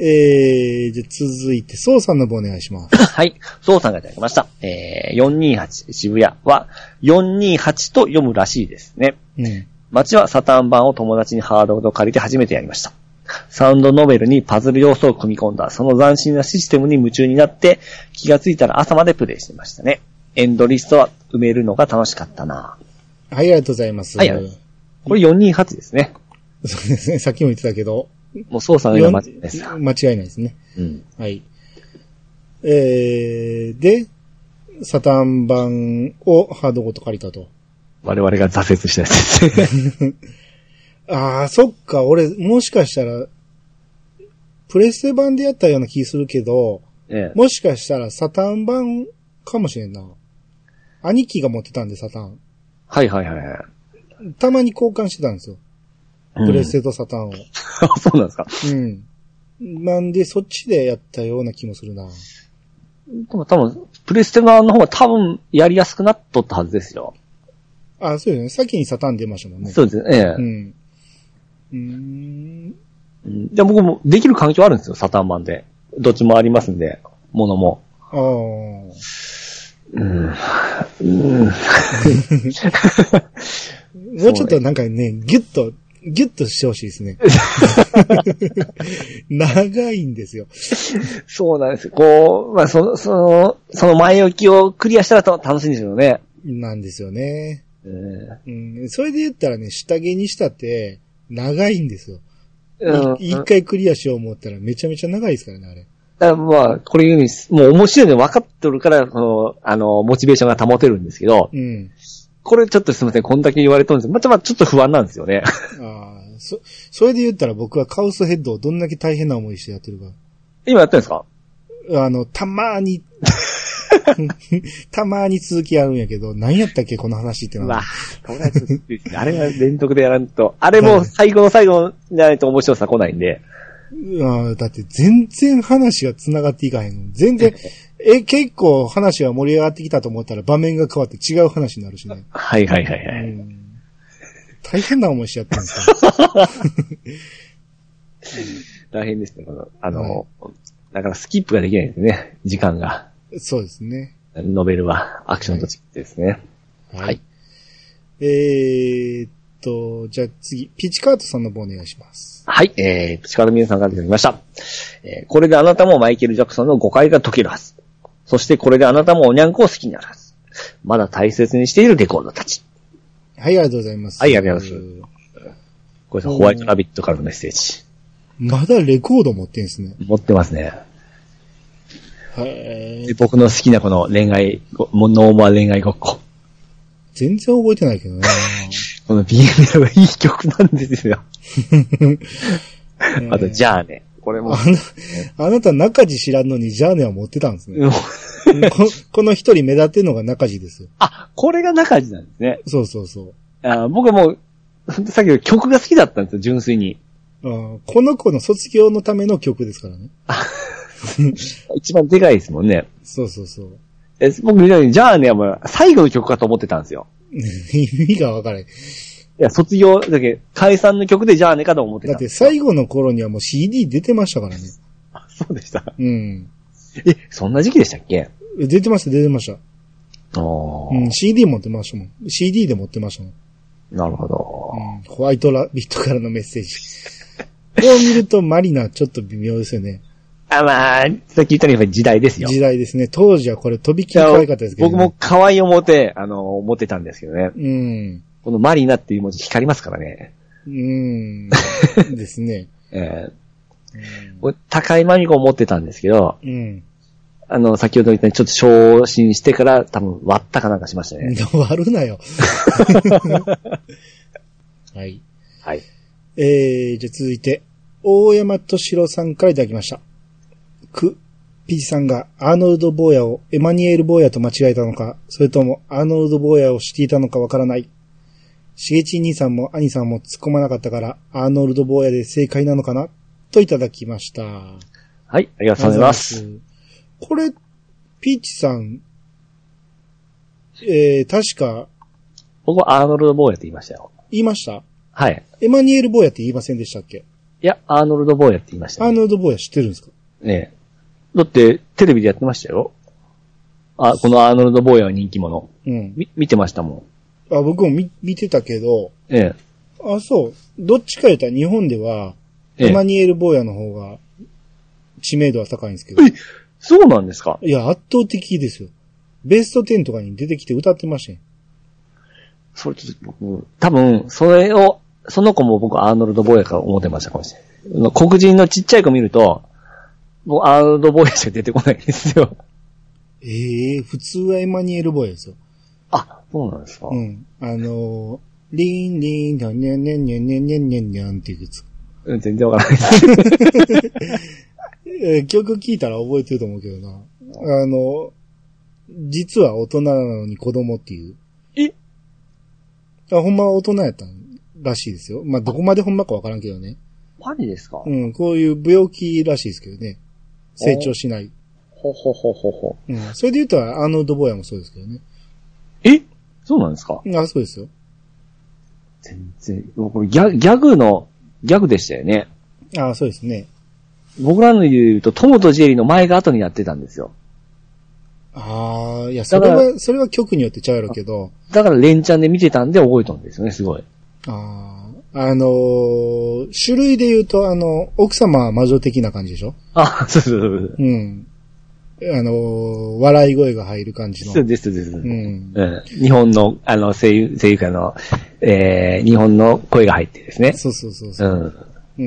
じゃ続いて、ソウさんの方お願いします。 はい。ソウさんがいただきました。428渋谷は428と読むらしいですね。 うん。 街はサターン版を友達にハードを借りて初めてやりました。サウンドノベルにパズル要素を組み込んだ、その斬新なシステムに夢中になって、気がついたら朝までプレイしてましたね。エンドリストは埋めるのが楽しかったな。 はい、ありがとうございます。 はい。これ428ですね。 そうですね。さっきも言ってたけど。 もう操作が間違いないです。 間違いないですね。 うん。 はい。で、サターン版をハードごと借りたと。 我々が挫折したやつですね。 ああ、そっか。俺、もしかしたら、プレステ版でやったような気するけど、もしかしたらサターン版かもしれんな。兄貴が持ってたんで、サターン。 はいはいはいはい。 たまに交換してたんですよ。プレステとサターンを。 そうなんですか。 うん。なんで、そっちでやったような気もするな。 多分、プレステ版の方が多分やりやすくなっとったはずですよ。 あ、そうですね。先にサターン出ましたもんね。 そうですね。 うん。 じゃあ僕もできる環境あるんですよ、サターン版で。どっちもありますんで、ものも。 ああ。もうちょっとなんかね、ギュッとしてほしいですね。長いんですよ。 そうなんですよ。こう、まあ、その前置きをクリアしたら楽しいんですよね。 なんですよね。それで言ったらね、下着にしたって、長いんですよ。一回クリアしよう思ったらめちゃめちゃ長いですからね、あれ。 まあ、これ言うに、もう面白いの分かってるから、モチベーションが保てるんですけど、これちょっとすみません、こんだけ言われとるんですまあ、ちょっと不安なんですよね。 それで言ったら僕はカウスヘッドをどんだけ大変な思いしてやってるか。今やってるんですか？ たまーに、たまーに続きやるんやけど、何やったっけこの話ってのは。 あれは連続でやらんと、あれも最後の最後じゃないと面白さ来ないんで。 だって全然話が繋がっていかへん。全然、結構話が盛り上がってきたと思ったら場面が変わって違う話になるしね。 はい。 大変な思いしちゃったんですか大変ですね。だからスキップができないんですね。時間が。 そうですね。 ノベルはアクションと違ってですね。はい。 じゃあ次、ピチカートさんの方お願いします。 はい、ピチカート皆さんからいただきました。これであなたもマイケル・ジャクソンの誤解が解けるはず。そしてこれであなたもおにゃんこを好きになるはず。まだ大切にしているレコードたち。 はい、ありがとうございます。 はい、ありがとうございます。これホワイトラビットからのメッセージ。 まだレコード持ってんすね。 持ってますね。で僕の好きなこのノーマー恋愛ごっこ。 全然覚えてないけどね。 この BML がいい曲なんですよ。あと、じゃあね。これも。 あなた中地知らんのにジャーネは持ってたんですね。この一人目立ってんのが中地ですよ。 あ、これが中地なんですね。 そう。 僕はもう、さっき曲が好きだったんですよ、純粋に。 この子の卒業のための曲ですからね。 一番でかいですもんね。 そう。 僕みたいに、じゃあね、最後の曲かと思ってたんですよ。 意味がわからない。 いや、卒業だけ、解散の曲でじゃあねかと思ってた。 だって最後の頃にはもう CD 出てましたからね。 あ、そうでした。そんな時期でしたっけ？ 出てました。CD 持ってましたもん。CD で持ってましたもん。 なるほど。 ホワイトラビットからのメッセージ。こう見るとマリナちょっと微妙ですよね。 まあ、さっき言ったように時代ですよ。 時代ですね。当時はこれ飛び切り可愛かったですけど、ね。 僕も可愛い思ってたんですけどね。このマリナっていう文字光りますからね。 ですね。 高いマミコを持ってたんですけど、先ほど言ったようにちょっと昇進してから多分割ったかなんかしましたね。 割るなよ。はい。 はい。 じゃあ続いて、大山敏郎さんからいただきました。ピチさんがアーノルド・ボーヤをエマニュエル・ボーヤと間違えたのか、それともアーノルド・ボーヤを知っていたのかわからない。しげち兄さんも兄さんも突っ込まなかったから、アーノルド・ボーヤで正解なのかなといただきました。 はい、ありがとうございます。 これ、ピーチさん、確か、 僕はアーノルド・ボーヤって言いましたよ。 言いました？ はい。 エマニュエル・ボーヤって言いませんでしたっけ？ いや、アーノルド・ボーヤって言いましたね。 アーノルド・ボーヤ知ってるんですか？ ねえ。だって、テレビでやってましたよ。あ、このアーノルド・ボーヤは人気者。 うん。 見てましたもあ、僕も見てたけど、 ん。ええ。 あ、そう。どっちか言ったら日本では、 ええエマニュエル・ボーヤの方が知名度は高いんですけど。 そうなんですか？ いや、圧倒的ですよ。ベスト10とかに出てきて歌ってましたよ。 それちょっと僕、多分、その子も僕アーノルド・ボーヤから思ってましたかもしれない。黒人のちっちゃい子見ると、僕アーノルド・ボーヤしか出てこないんですよ。 普通はエマニュエル・ボーヤですよ。 あ、そうなんですか？ うん。リンリン、ニャンニャンニャンニャンニャンニャンニャンニャンっていうやつ。 全然わからないです。 曲聴いたら覚えてると思うけどな。実は大人なのに子供っていう。ほんまは大人やったらしいですよ。まあ、どこまでほんまかわからんけどね。 マジですか？ うん、こういう病気らしいですけどね。成長しない。 ほ。 うん。それで言うと、アーノルド・ボーヤもそうですけどね。 そうなんですか？ あ、そうですよ。 全然、これギャグでしたよね。 あ、そうですね。 僕らの言うと、トムとジェリーの前が後にやってたんですよ。 ああ、いや、それは曲によってちゃうやろうけど。 だから連チャンで見てたんで覚えたんですよね、すごい。 種類で言うと、奥様は魔女的な感じでしょ？ あ、そう。 うん。笑い声が入る感じの。 そうです。 うん。 日本の、声優家の、日本の声が入ってですね。 そう。うん。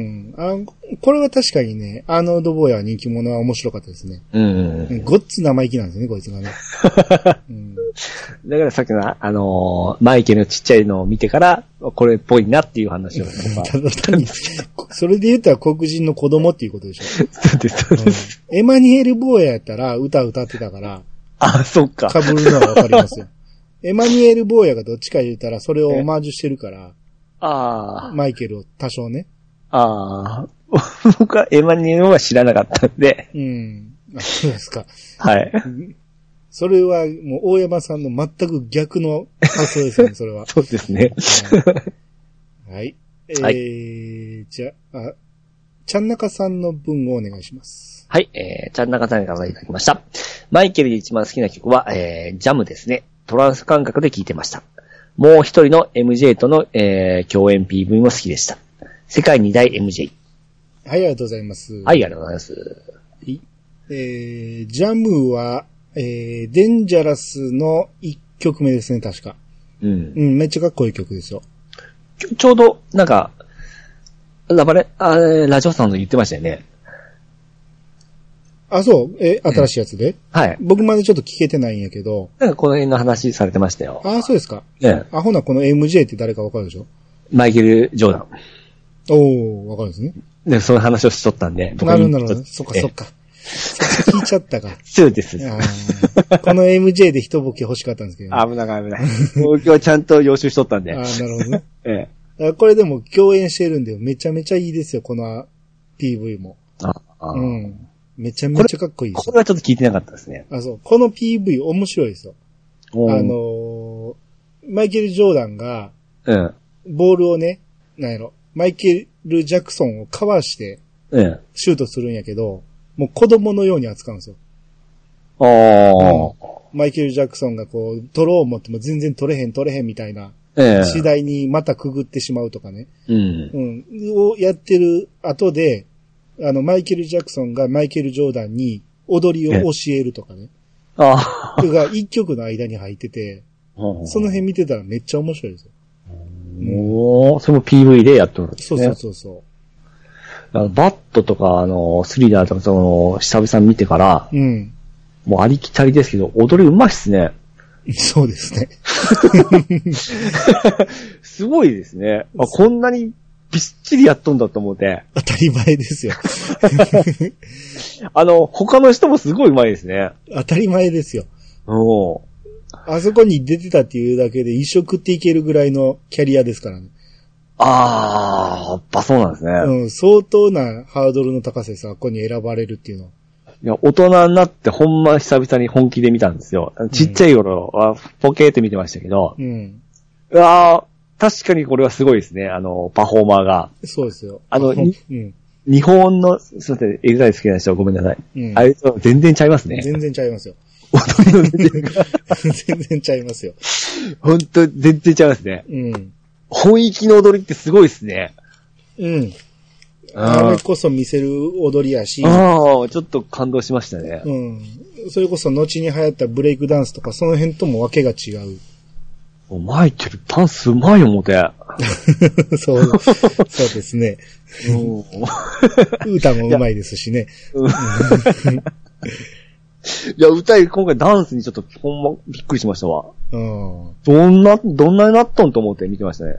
これは確かにね、アーノルド・ボーヤは人気者は面白かったですね。ごっつ生意気なんですね、こいつがね。うん、 だからさっきの、マイケルのちっちゃいのを見てから、これっぽいなっていう話を。 ただ単に、それで言ったら黒人の子供っていうことでしょ。 そうです。 エマニュエル・ボーヤやったら歌ってたから、 あ、そっか。 被るのはわかりますよ。エマニュエル・ボーヤがどっちか言ったら、それをオマージュしてるから、マイケルを多少ね。 僕はエマニュエルは知らなかったんで。 うん。あ、そうですか。 はい。 それはもう大山さんの全く逆の発想ですよね、それは。 そうですね。 はい。じゃあ、ちゃんなかさんの文をお願いします。 はい、ちゃんなかさんからいただきました。マイケルで一番好きな曲は、ジャムですね。トランス感覚で聴いてました。もう一人の MJ との、共演 PV も好きでした。世界二大 MJ。 はい、ありがとうございます。 はい、ありがとうございます。 ジャムは、デンジャラスの1曲目ですね、確か。うん、めっちゃかっこいい曲ですよ。 ちょうど、なんか、ラジオさんの言ってましたよね。 あ、そう。新しいやつで、 はい。 僕までちょっと聞けてないんやけど。 なんかこの辺の話されてましたよ。 あ、そうですか。 ね。 ほな、この MJ って誰かわかるでしょ？ マイケル・ジョーダン。 わかるんですね。 で、その話をしとったんで。 なるほど。そっか。そっち聞いちゃったか。 そうです。 この MJ で一ボケ欲しかったんですけど、 ね。危ない。僕はちゃんと予習しとったんで。 なるほどね。これでも共演してるんで、めちゃめちゃいいですよ、この PV も。うん。めちゃめちゃかっこいいです。 これはちょっと聞いてなかったですね。 そう。この PV 面白いですよ。マイケル・ジョーダンが、ボールをね、マイケル・ジャクソンをかわして、シュートするんやけど、もう子供のように扱うんですよ。マイケル・ジャクソンがこう、取ろう思っても全然取れへんみたいな、次第にまたくぐってしまうとかね。をやってる後で、マイケル・ジャクソンがマイケル・ジョーダンに踊りを教えるとかね。それが一曲の間に入ってて、その辺見てたらめっちゃ面白いですよ。 それも PV でやってるんですね。 そう。 バットとか、スリラーとか、久々に見てから、もうありきたりですけど、踊りうまいっすね。 そうですね。 すごいですね。こんなにびっちりやっとんだと思って。 当たり前ですよ。 他の人もすごいうまいですね。 当たり前ですよ。あそこに出てたっていうだけで一生食っていけるぐらいのキャリアですからね。 やっぱそうなんですね。 相当なハードルの高さです、ここに選ばれるっていうのは。 いや、大人になってほんま久々に本気で見たんですよ。ちっちゃい頃はポケーって見てましたけど、 確かにこれはすごいですね。パフォーマーが。 そうですよ。 日本の、すいません、エグザイル好きな人はごめんなさい。あれと全然ちゃいますね。 全然ちゃいますよ。 踊りの全然ちゃいますよ。 本当全然ちゃいますね。本域の踊りってすごいですね。 あれこそ見せる踊りやし。 ちょっと感動しましたね。 それこそ後に流行ったブレイクダンスとかその辺ともわけが違う。 マイケル、ダンスうまい思て。 そうですね。歌もうまいですしね。 いや、今回ダンスにちょっとほんまびっくりしましたわ。どんなになっとんと思って見てましたね。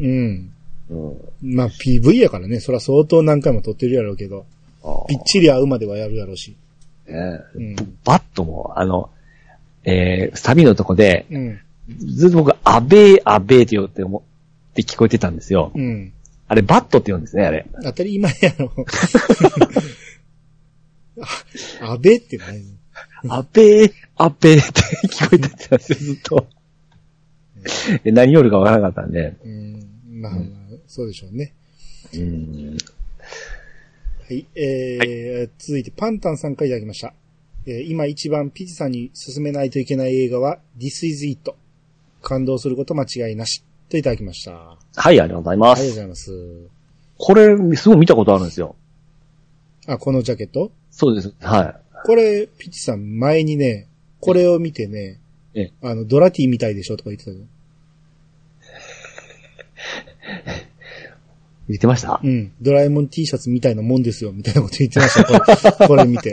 まあ PV やからね、そら相当何回も撮ってるやろうけど、ぴっちり合うまではやるやろうし。 バットも、サビのとこで、ずっと僕、アベーって言って聞こえてたんですよ。あれ、バットって言うんですね、あれ。 当たり前やろ。アベって何？ アベーって聞こえてたんですよ、ずっと。何夜かわからなかったんで。 まあ、そうでしょうね。はい、続いてパンタンさんからいただきました。今一番ピチさんに勧めないといけない映画は This is It。感動すること間違いなし。といただきました。 はい、ありがとうございます。 ありがとうございます。 これ、すごい見たことあるんですよ。 このジャケット？そうです。はい。 これ、ピチさん前にね、これを見てね、ドラティみたいでしょとか言ってたよ。 言ってました？ ドラえもん T シャツみたいなもんですよ、みたいなこと言ってました。これ見て。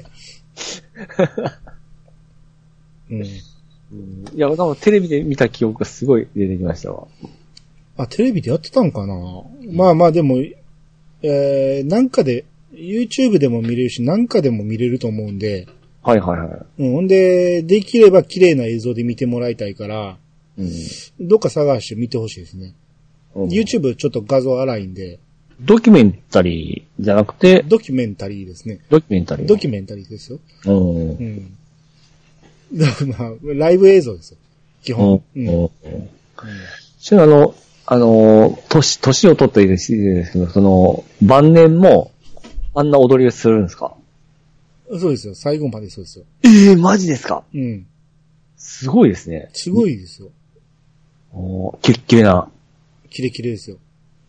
いや、テレビで見た記憶がすごい出てきましたわ。 テレビでやってたんかな？まあまあでも、なんかで、YouTube でも見れるし、なんかでも見れると思うんで。 はい。 ほんで、できれば綺麗な映像で見てもらいたいから、どっか探して見てほしいですね。YouTube ちょっと画像荒いんで。 ドキュメンタリーじゃなくてドキュメンタリーですね。 ドキュメンタリーですよ。まあ、ライブ映像ですよ。基本。年を取ったりですけど、晩年も、あんな踊りをするんですか？ そうですよ。最後までそうですよ。 マジですか？すごいですね。 すごいですよ。 キレッキレな。 キレキレですよ。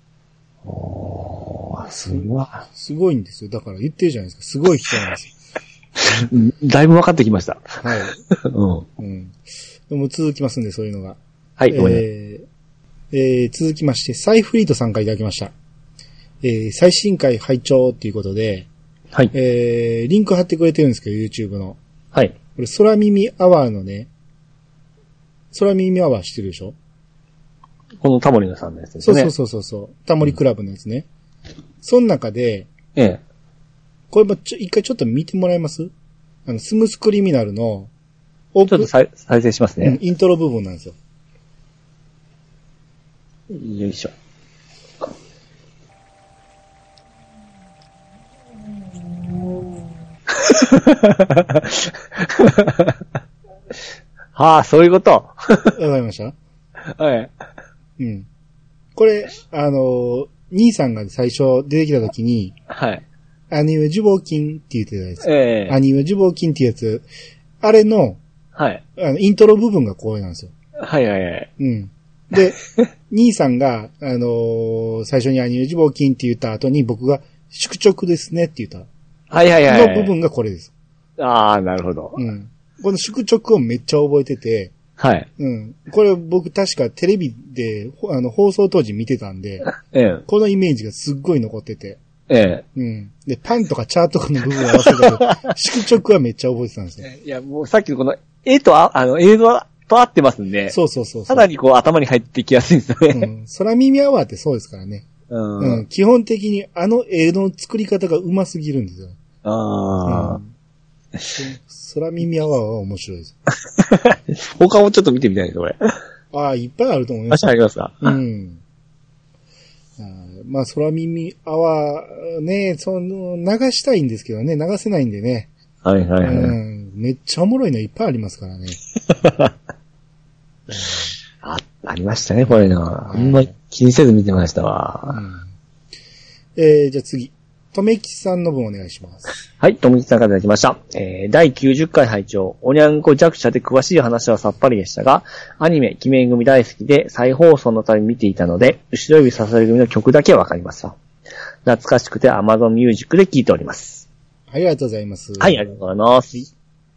すごい。 すごいんですよ。だから言ってるじゃないですか。すごい人なんですよ。 だいぶ分かってきました。 はい。でも続きますんで、そういうのが。 はい、 続きまして、サイフリートさんからいただきました。最新回拝聴っていうことで、 はい。 リンク貼ってくれてるんですけど、YouTube の。 はい。 これ、空耳アワーのね、空耳アワーしてるでしょ？ このタモリのさんのやつですね。 そう。タモリクラブのやつね。その中で、これも一回ちょっと見てもらえます？スムースクリミナルのちょっと再生しますね。 イントロ部分なんですよ。 よいしょ。はあ、そういうこと。わかりました？ はい。 これ、兄さんが最初出てきたときに、 はい。 アニメ受話金って言ってたやつ。アニメ受話金ってやつ、あれの、 はい。 イントロ部分がこれなんですよ。 はい。 で、兄さんが、最初にアニメ受話金って言った後に僕が、宿直ですねって言った。の部分がこれです。 ああ、なるほど。 この宿直をめっちゃ覚えてて、 はい。 これ僕確かテレビで、放送当時見てたんで、このイメージがすっごい残ってて、で、パンとかチャーとかの部分を合わせたけど、宿直はめっちゃ覚えてたんですよ。 いや、もうさっきのこの絵と映像と合ってますんで、 そう。 さらにこう頭に入ってきやすいんですよね。 空耳アワーってそうですからね。基本的に絵の作り方が上手すぎるんですよ。空耳アワーは面白いです。 他もちょっと見てみたいです、これ。 いっぱいあると思います。 ありますか？ まあ、空耳アワーね、流したいんですけどね、流せないんでね。 はい。 めっちゃおもろいのいっぱいありますからね。 ありましたね、これな。 気にせず見てましたわ。 じゃあ次。とめきさんの分お願いします。 はい、とめきさんからいただきました。第90回拝聴おにゃんこ弱者で詳しい話はさっぱりでしたが、アニメ、鬼面組大好きで再放送のために見ていたので、後ろ指刺され組の曲だけはわかりますわ。懐かしくて Amazon Music で聴いております。 はい、ありがとうございます。 はい、ありがとうございます。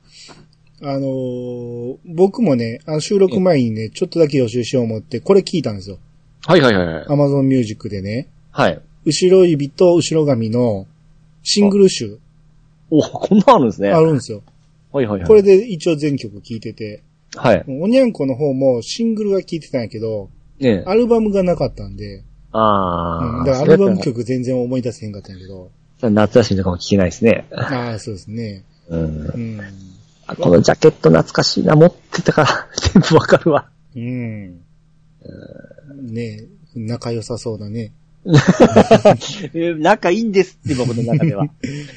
僕もね、収録前にね、ちょっとだけ予習しよう思って、これ聞いたんですよ。 はいはいはい。 Amazon Music でね。 はい。 後ろ指と後ろ髪のシングル集。 お、こんなあるんですね。 あるんですよ。 はいはいはい。 これで一応全曲聴いてて。 はい。 おにゃんこの方もシングルは聴いてたんやけど、 ね、 アルバムがなかったんで。 ああ、 だからアルバム曲全然思い出せへんかったんやけど。 夏休みとかも聴けないですね。 ああ、そうですね。 このジャケット懐かしいな、持ってたから全部わかるわ。 ねえ、仲良さそうだね。 仲いいんですって僕の中では。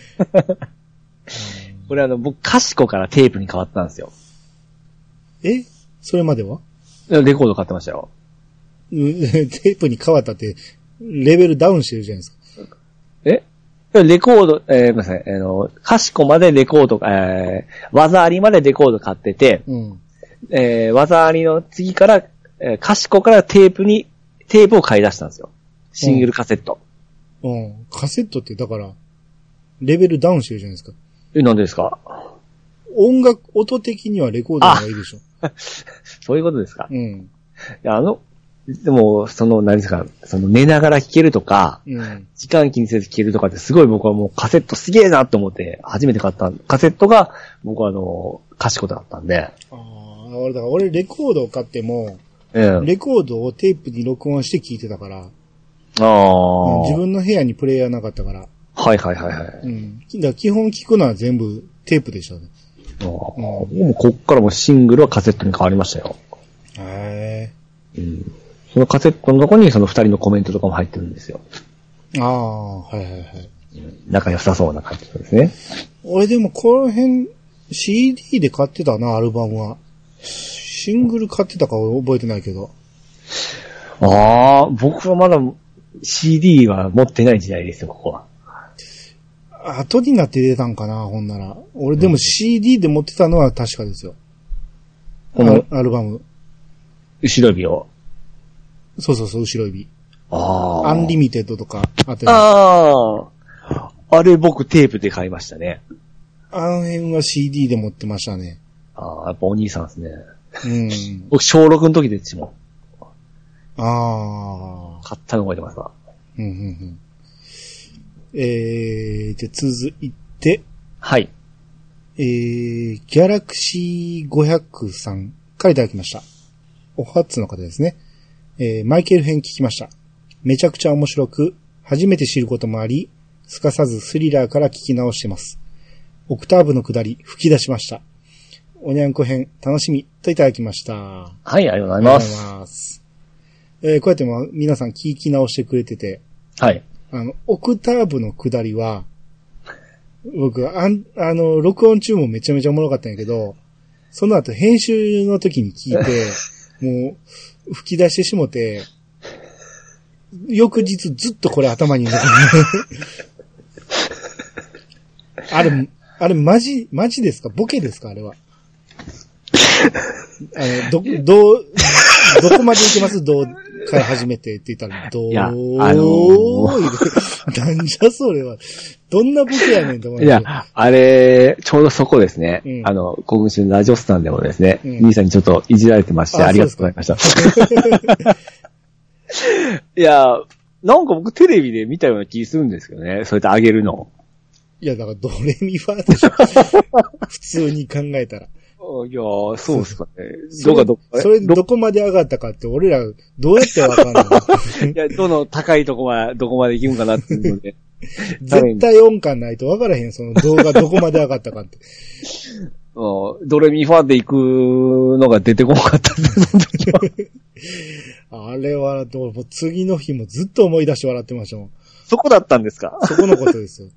これ僕、カシコからテープに変わったんですよ。 それまではレコード買ってましたよ。 テープに変わったって、レベルダウンしてるじゃないですか。 レコード、ごめんなさい、カシコまでレコード、技ありまでレコード買ってて、技ありの次から、カシコからテープを買い出したんですよ。シングルカセット。 カセットってだから、レベルダウンしてるじゃないですか。 なんでですか？ 音的にはレコードの方がいいでしょ。 そういうことですか。でも、何ですか、寝ながら聴けるとか、時間気にせず聴けるとかってすごい僕はもうカセットすげえなって思って初めて買ったカセットが僕はカシコだったんで。 俺レコードを買っても、レコードをテープに録音して聴いてたから、自分の部屋にプレイヤーなかったから。 はいはいはいはい。 だから基本聴くのは全部テープでしたね。 もうこっからもシングルはカセットに変わりましたよ。そのカセットのとこにその二人のコメントとかも入ってるんですよ。 はいはいはい。 仲良さそうな感じですね。 俺でもこの辺 CD で買ってたな、アルバムは。シングル買ってたか覚えてないけど。 僕はまだ CD は持ってない時代ですよ、ここは。 後になって出たんかな、ほんなら。俺でも CD で持ってたのは確かですよ。このアルバム。後ろ指を。 そう、後ろ指。アンリミテッドとかあって。 あれ僕テープで買いましたね。 あの辺は CD で持ってましたね。 やっぱお兄さんですね。僕小6の時ですもん。買ったの覚えてますわ。 じゃ続いて。 はい。 ギャラクシー500さんからいただきました。お初の方ですね。マイケル編聞きました。めちゃくちゃ面白く、初めて知ることもあり、すかさずスリラーから聞き直してます。オクターブの下り、吹き出しました。おにゃんこ編、楽しみ、といただきました。 はい、ありがとうございます。 こうやっても皆さん聞き直してくれてて、 はい。 オクターブの下りは、僕、録音中もめちゃめちゃおもろかったんやけど、その後編集の時に聞いて、もう、吹き出してしもて、翌日ずっとこれ頭に残る。あれマジですか？ボケですか？あれは。どこまで行けます？から始めてって言ったら、なんじゃそれは。どんなボケやねんと思って。 いや、あれ、ちょうどそこですね。今週のラジオスタンでもですね、兄さんにちょっといじられてまして、ありがとうございました。いや、なんか僕テレビで見たような気するんですけどね、それで上げるの。 いや、だからドレミファでしょ。普通に考えたら。 いやー、そうですかね。 それどこまで上がったかって俺らどうやってわかんないの？ いや、どの高いとこどこまで行くんかなっていうので。 絶対音感ないとわからへん、その動画どこまで上がったかって。 ドレミファで行くのが出てこなかったんで、その時は。 あれは、次の日もずっと思い出して笑ってましたもん。 そこだったんですか？ そこのことですよ。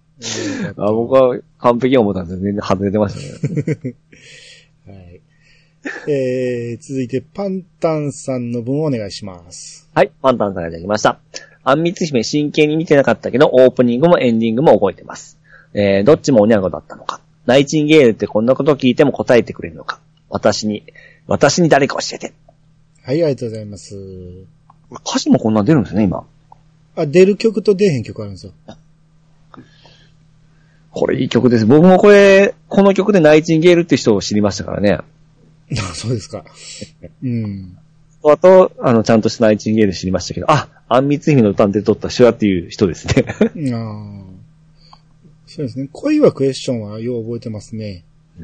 僕は完璧に思ったんですよ。全然外れてましたね。 はい。 続いて、パンタンさんの分をお願いします。 はい、パンタンさんがいただきました。あんみつ姫真剣に見てなかったけど、オープニングもエンディングも覚えてます。どっちもおにゃんこだったのか。ナイチンゲールってこんなこと聞いても答えてくれるのか。私に誰か教えて。 はい、ありがとうございます。 歌詞もこんな出るんですね、今。 出る曲と出へん曲あるんですよ。 これいい曲です。僕もこの曲でナイチンゲールって人を知りましたからね。 そうですか。うん。 あと、ちゃんとしたナイチンゲール知りましたけど、あんみつ姫の歌で撮った手話っていう人ですね。 そうですね。恋はクエスチョンはよう覚えてますね。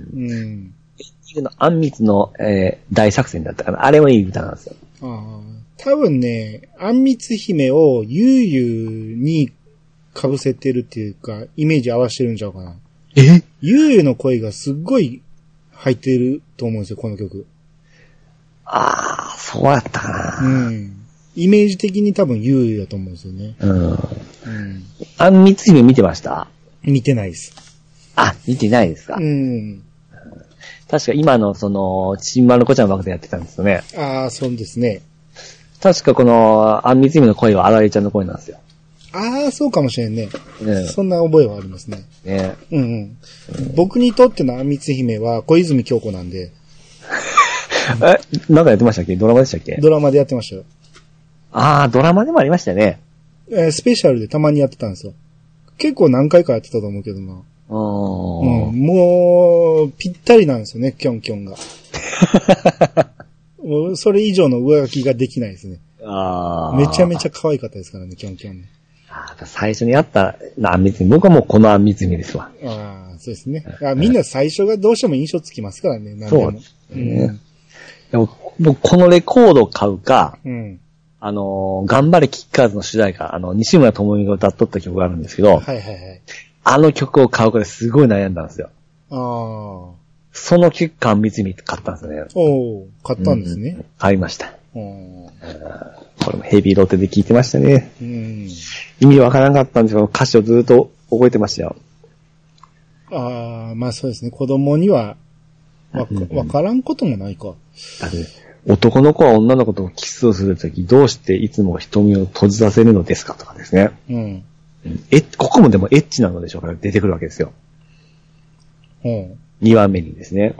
あんみつの、大作戦だったかな。あれもいい歌なんですよ。 多分ね、あんみつ姫をゆうゆうに被せてるっていうか、イメージ合わせてるんちゃうかな。ゆうゆうの声がすっごい入ってると思うんですよ、この曲。 そうやったかな。 イメージ的に多分ゆうゆうだと思うんですよね。 あんみつ姫見てました？ 見てないです。 見てないですか？確か今のちんまる子ちゃんの枠でやってたんですよね。 そうですね。 確かこの、あんみつ姫の声はあられちゃんの声なんですよ。 そうかもしれんね。そんな覚えはありますね。僕にとってのあんみつ姫は小泉京子なんで。 なんかやってましたっけ？ドラマでしたっけ？ ドラマでやってましたよ。 ドラマでもありましたね。 スペシャルでたまにやってたんですよ。結構何回かやってたと思うけどな。もう、ぴったりなんですよね、キョンキョンが。もうそれ以上の上書きができないですね。めちゃめちゃ可愛かったですからね、キョンキョン。 最初にあったあんみつ姫。僕はもうこのあんみつ姫ですわ。 そうですね。みんな最初がどうしても印象つきますからね、何でも。 でも、僕このレコードを買うか、頑張れキッカーズの主題歌、西村智美が歌っとった曲があるんですけど、あの曲を買うからすごい悩んだんですよ。その結果、あんみつ姫買ったんですよね。 買ったんですね。 買いました。これもヘビーロテで聴いてましたね。意味わからなかったんですけど、歌詞をずっと覚えてましたよ。 まあそうですね。子供にはわからんこともないか。 男の子は女の子とキスをするとき、どうしていつも瞳を閉じさせるのですかとかですね。ここもでもエッチなのでしょうから出てくるわけですよ。2番目にですね。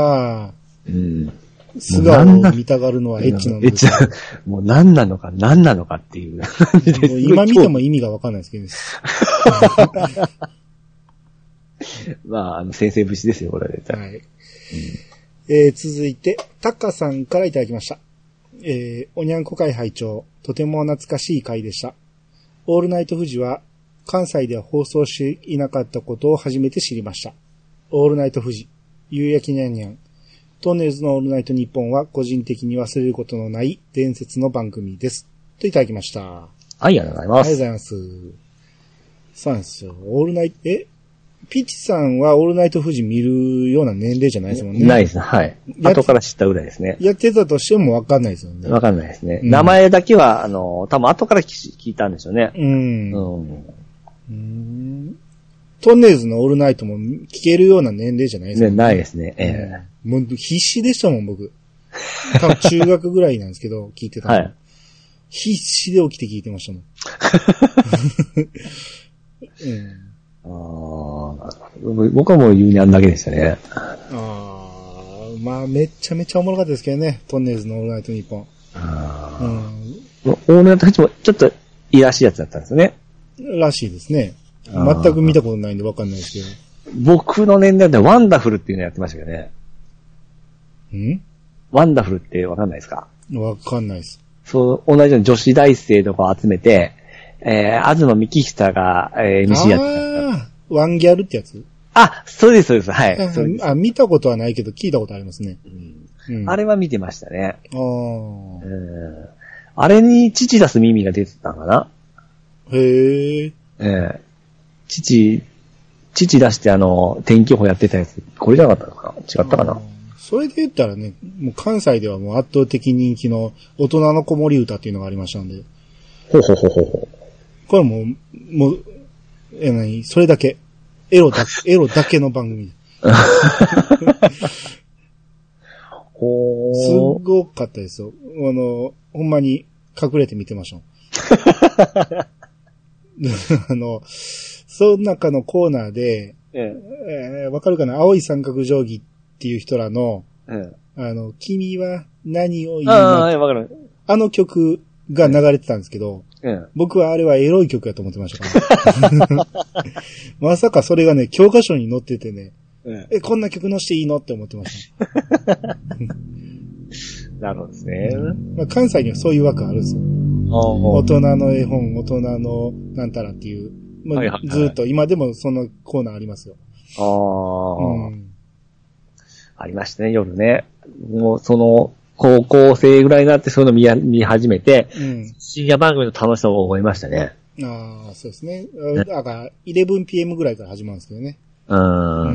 素顔を見たがるのはエッチなのですか。 もう何なのかっていう。 もう今見ても意味がわかんないですけど。 先生節ですよ、これは絶対。続いて、タカさんからいただきました。おにゃんこ会拝聴、とても懐かしい会でした。オールナイトフジは関西では放送していなかったことを初めて知りました。オールナイトフジ、夕焼けにゃんにゃん、トンネルズのオールナイトニッポンは個人的に忘れることのない伝説の番組です。といただきました。 はい、ありがとうございます。 ありがとうございます。そうなんですよ。オールナイト、ピッチさんはオールナイトフジ見るような年齢じゃないですもんね。 ないですね。はい。後から知ったぐらいですね。 やってたとしてもわかんないですよね。 わかんないですね。名前だけは、多分後から聞いたんでしょうね。 トンネルズのオールナイトも聞けるような年齢じゃないですか、 ね。ないですね。 もう必死でしたもん、僕。多分中学ぐらいなんですけど、聞いてたの。必死で起きて聞いてましたもん。僕はもうユニアンだけでしたね。 めちゃめちゃおもろかったですけどね、トンネルズのオールナイトニッポン。 オールナイトフジもちょっといいらしいやつだったんですよね。 らしいですね。全く見たことないんでわかんないですけど。 僕の年代でワンダフルっていうのやってましたけどね。ワンダフルってわかんないですか？ わかんないです。 そう、同じように女子大生とかを集めて、東幹久が、MC やってた。 ワンギャルってやつ？ そうです、そうです。はい。 見たことはないけど聞いたことありますね。 あれは見てましたね。あれに父出す耳が出てたんかな？ へえ。 父出して天気予報やってたやつ、これじゃなかったのかな？違ったかな？ それで言ったらね、もう関西ではもう圧倒的人気の大人の子守歌っていうのがありましたんで。これもう、それだけ、エロだけの番組。 すごかったですよ。ほんまに隠れて見てました。その中のコーナーで、わかるかな、青い三角定規っていう人らの、君は何を言うの、 わかる。 あの曲が流れてたんですけど、僕はあれはエロい曲やと思ってましたから、まさかそれがね、教科書に載っててね、こんな曲載せていいのって思ってました。 なるほどですね。 まあ、関西にはそういう枠あるんですよ。大人の絵本、大人のなんたらっていう。まあ、ずっと、今でもそのコーナーありますよ。 ありましたね、夜ね。もう高校生ぐらいになってそういうの見始めて、深夜番組の楽しさを覚えましたね。 ああ、そうですね。だから、11pm ぐらいから始まるんですけどね。はい。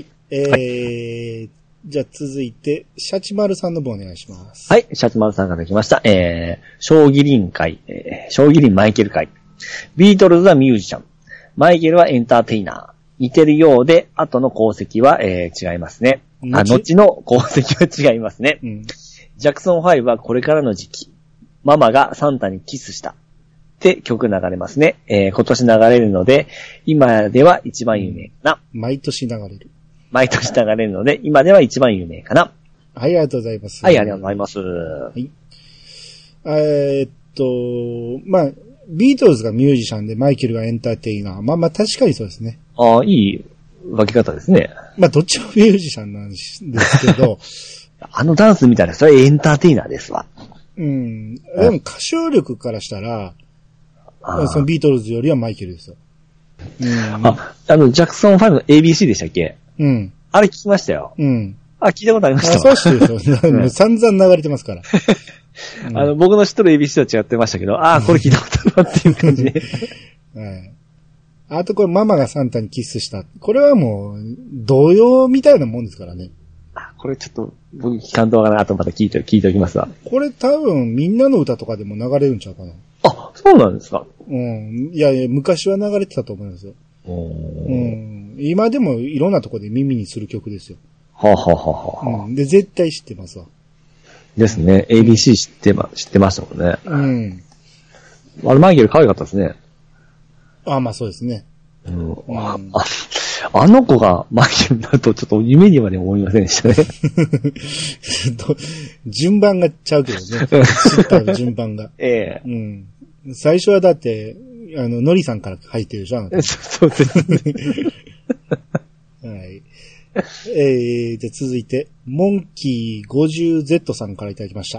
じゃあ続いて、シャチマルさんの方お願いします。 はい、シャチマルさんから来ました。将棋林会、将棋林マイケル会。ビートルズはミュージシャン。マイケルはエンターテイナー。似てるようで、後の功績は、違いますね。後の功績は違いますね。ジャクソン5はこれからの時期。ママがサンタにキスした。って曲流れますね。今年流れるので、今では一番有名かな。 毎年流れる。 毎年流れるので、今では一番有名かな。 はい、ありがとうございます。 はい、ありがとうございます。 はい。まあ、ビートルズがミュージシャンでマイケルがエンターテイナー。まあ確かにそうですね。 ああ、いい分け方ですね。 まあどっちもミュージシャンなんですけど。 あのダンス見たらそれエンターテイナーですわ。 でも歌唱力からしたら、そのビートルズよりはマイケルですよ。 ジャクソン5の ABC でしたっけ？あれ聞きましたよ。聞いたことありました。 そうですよ。散々流れてますから。 僕の知っとる ABC と違ってましたけど、これ聞いたことあるなっていう感じで。 あとこれママがサンタにキスした。これはもう、童謡みたいなもんですからね。 これちょっと、僕聞かんとわからない。あとまた聞いておきますわ。 これ多分みんなの歌とかでも流れるんちゃうかな。 そうなんですか？ いや、昔は流れてたと思いますよ。今でもいろんなとこで耳にする曲ですよ。で、絶対知ってますわ。 ですね。ABC 知ってましたもんね。マイケル可愛かったですね。 まあそうですね。 あの子がマイケルになるとちょっと夢にはでも思いませんでしたね。 順番がちゃうけどね。知った順番が。最初はだって、ノリさんから入ってるでしょ？ そうですね。 はい。じゃ続いて、モンキー 50Z さんからいただきました。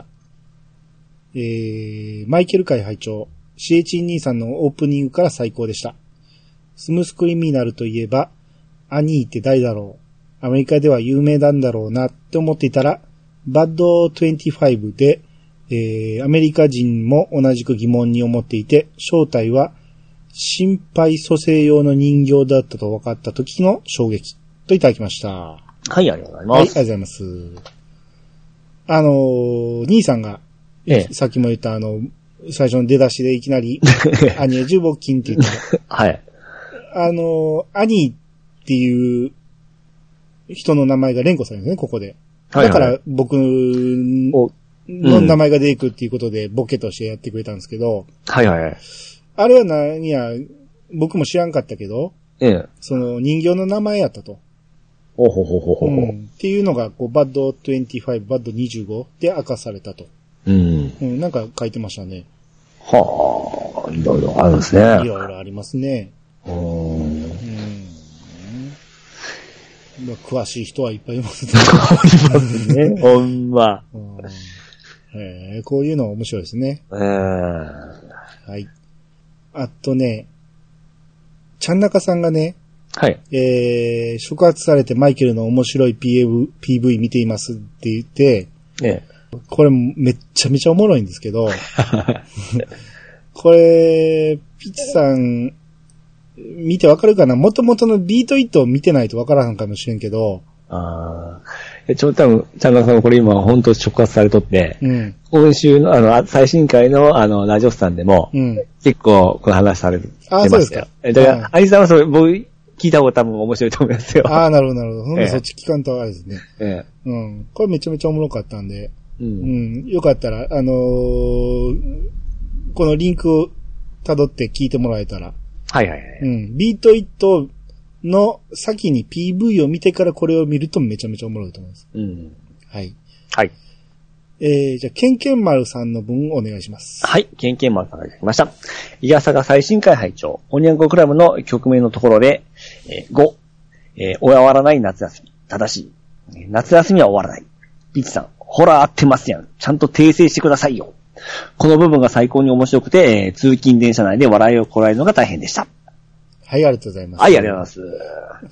マイケル会会長、シエチン兄さんのオープニングから最高でした。スムースクリミナルといえば、アニーって誰だろう？アメリカでは有名なんだろうなって思っていたら、バッド25で、アメリカ人も同じく疑問に思っていて、正体は心肺蘇生用の人形だったと分かった時の衝撃といただきました。 はい、ありがとうございます。 はい、ありがとうございます。兄さんが、さっきも言った最初の出だしでいきなり、アニエジュボッキンって言った。 はい。 アニーっていう人の名前が連呼されるんですね、ここで。だから僕の名前が出てくるっていうことでボケとしてやってくれたんですけど。 はいはいはい。 あれは何や、僕も知らんかったけど、その人形の名前やったと。っていうのが、バッド25、バッド25で明かされたと。なんか書いてましたね。 いろいろあるんですね。 いろいろありますね。詳しい人はいっぱいいますね。 ほんま。 こういうの面白いですね。はい。あとね、ちゃんなかさんがね、触発されてマイケルの面白い PV 見ていますって言って、これめっちゃめちゃおもろいんですけど、これ、ピチさん、見てわかるかな？元々のビートイットを見てないとわからんかもしれんけど。 多分、ちゃんなかさんもこれ今本当触発されとって、今週の最新回のラジオスさんでも、結構この話されてましたよ。だから、アイさんは僕、 聞いた方が多分面白いと思いますよ。 ああ、なるほど、なるほど。ほんでそっち聞かんとあれですね。 ええ。 うん。これめちゃめちゃおもろかったんで、 うん。 よかったら、このリンクを辿って聞いてもらえたら、 はいはいはい。 ビートイットの先に PV を見てからこれを見るとめちゃめちゃおもろいと思います。 うん。 はい。 はい。 じゃあ、ケンケン丸さんの分お願いします。 はい。ケンケン丸さんがいただきました。イヤサガ最新回拝聴おにゃんこクラブの曲名のところで、5、終わらない夏休み。正しい。夏休みは終わらない。ピッチさん、ホラー合ってますやん。ちゃんと訂正してくださいよ。この部分が最高に面白くて、通勤電車内で笑いをこらえるのが大変でした。 はい、ありがとうございます。 はい、ありがとうございます。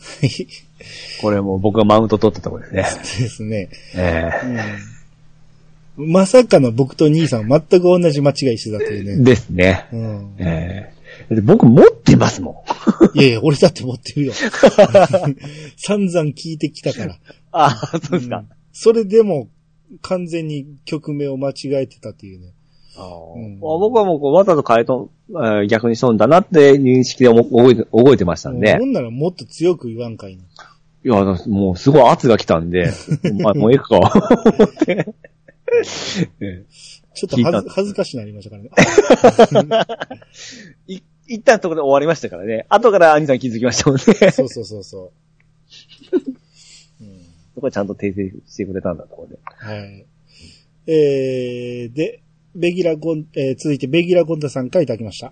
これもう僕がマウント取ったところですね。 ですね。まさかの僕と兄さん全く同じ間違いしてたというね。 ですね。僕持ってますもん。いやいや、俺だって持ってるよ。散々聞いてきたから。 ああ、そうですか。 それでも完全に曲名を間違えてたっていうね。 僕はもうわざと変えと、逆にしとんだなって認識で覚えてましたんで。 ほんならもっと強く言わんかいな。 いや、もうすごい圧が来たんで、まあ、もういいか、思って。 ちょっと恥ずかしくなりましたからね。 一旦ところで終わりましたからね。後から兄さん気づきましたもんね。 そうそう。 そこはちゃんと訂正してくれたんだと思うね。 はい。で、続いてベギラゴンダさんからいただきました。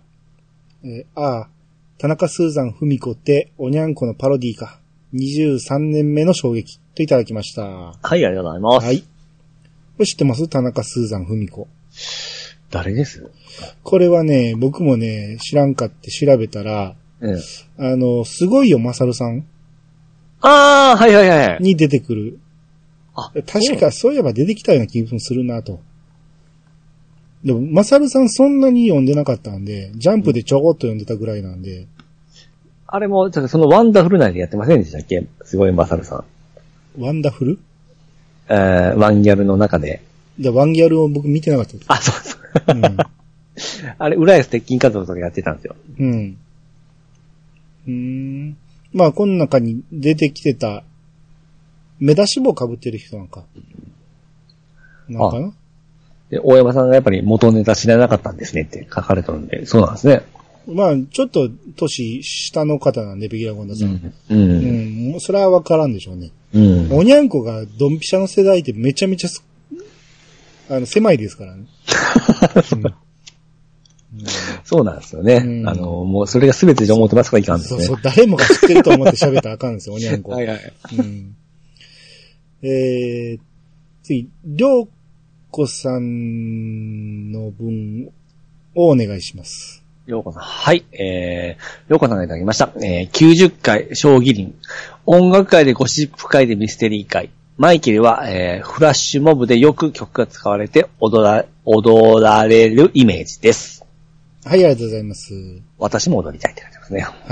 田中スーザン文子っておにゃんこのパロディーか。23年目の衝撃といただきました。はい、 ありがとうございます。はい。 これ知ってます？田中スーザン文子。 誰です？ これはね、僕もね、知らんかって調べたら、すごいよ、マサルさん。 ああ、はいはいはい。 に出てくる。確かそういえば出てきたような気分するなと。でも、マサルさんそんなに読んでなかったんで、ジャンプでちょこっと読んでたぐらいなんで。 あれも、そのワンダフル内でやってませんでしたっけ？すごいマサルさん。 ワンダフル？ ワンギャルの中で。 ワンギャルを僕見てなかったです。 あ、そうそう。あれ、浦安鉄筋家族とかやってたんですよ。 まあ、この中に出てきてた、目出し帽被ってる人なんかなで、大山さんがやっぱり元ネタ知らなかったんですねって書かれてるんで、そうなんですね。 まあ、ちょっと年下の方なんで、ベギラゴンダさん。もうそれはわからんでしょうね。おにゃんこがドンピシャの世代ってめちゃめちゃ狭いですからね。 そうなんですよね。もうそれが全てで思ってますからいかんですね。 そう、誰もが知ってると思って喋ったらあかんですよ、おにゃんこ。はいはい。次、りょうこさんの分をお願いします。 りょうこさん。はい。りょうこさんがいただきました。90回、将棋林。音楽界でゴシップ界でミステリー界。マイケルは、フラッシュモブでよく曲が使われて踊られるイメージです。 はい、ありがとうございます。 私も踊りたいって書いてますね。 はい。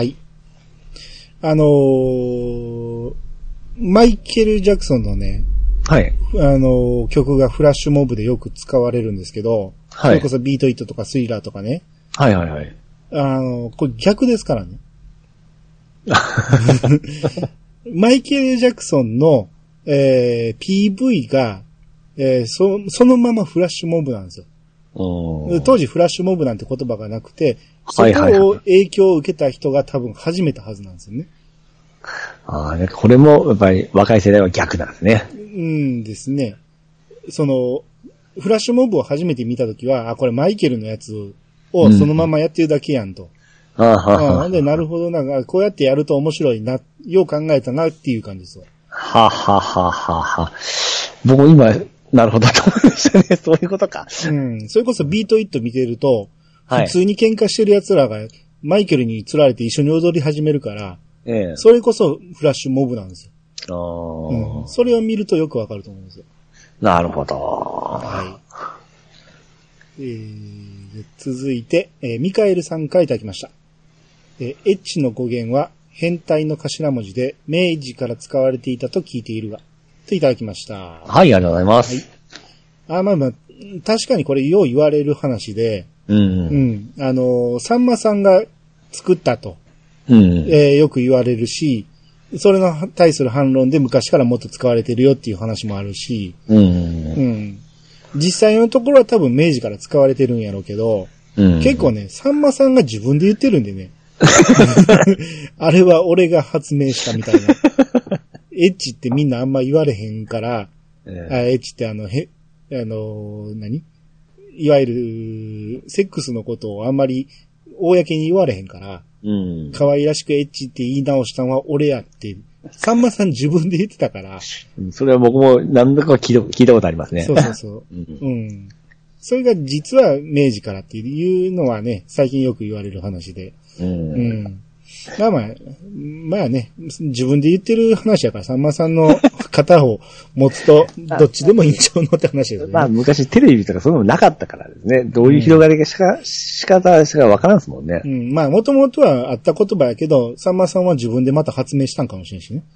マイケル・ジャクソンのね、 はい。 曲がフラッシュモブでよく使われるんですけど、はい。それこそビートイットとかスリラーとかね。 はいはいはい。 これ逆ですからね。マイケル・ジャクソンの、PV が、そのままフラッシュモブなんですよ。当時フラッシュモブなんて言葉がなくて、そこを影響を受けた人が多分始めたはずなんですよね。 なんかこれもやっぱり若い世代は逆なんですね。 ですね。フラッシュモブを初めて見たときは、これマイケルのやつをそのままやってるだけやんと。で、なるほどな、こうやってやると面白いな、よう考えたなっていう感じですわ。 僕今、なるほどと思いましたね。そういうことか。 それこそビートイット見てると、普通に喧嘩してる奴らがマイケルに釣られて一緒に踊り始めるから、それこそフラッシュモブなんですよ。それを見るとよくわかると思うんですよ。 なるほど。 はい。続いて、ミカエルさんからいただきました。エッチの語源は変態の頭文字で明治から使われていたと聞いているが、といただきました。 はい、ありがとうございます。 はい。まあ、確かにこれよう言われる話で、さんまさんが作ったとよく言われるし、それの対する反論で昔からもっと使われてるよっていう話もあるし、実際のところは多分明治から使われてるんやろうけど、結構ね、さんまさんが自分で言ってるんでね。あれは俺が発明したみたいな。エッチってみんなあんま言われへんから、エッチっていわゆる、セックスのことをあんまり公に言われへんから、可愛らしくエッチって言い直したのは俺やって、さんまさん自分で言ってたから。 それは僕も何度か聞いたことありますね。 そう。それが実は明治からっていうのはね、最近よく言われる話で。まあね、自分で言ってる話やから、さんまさんの型を持つと、どっちでもいいんちゃうのって話ですよね。 まあ昔テレビとかそういうのなかったからですね。どういう広がりが仕方しかわからんですもんね。 まあもともとはあった言葉やけど、さんまさんは自分でまた発明したんかもしれんしね。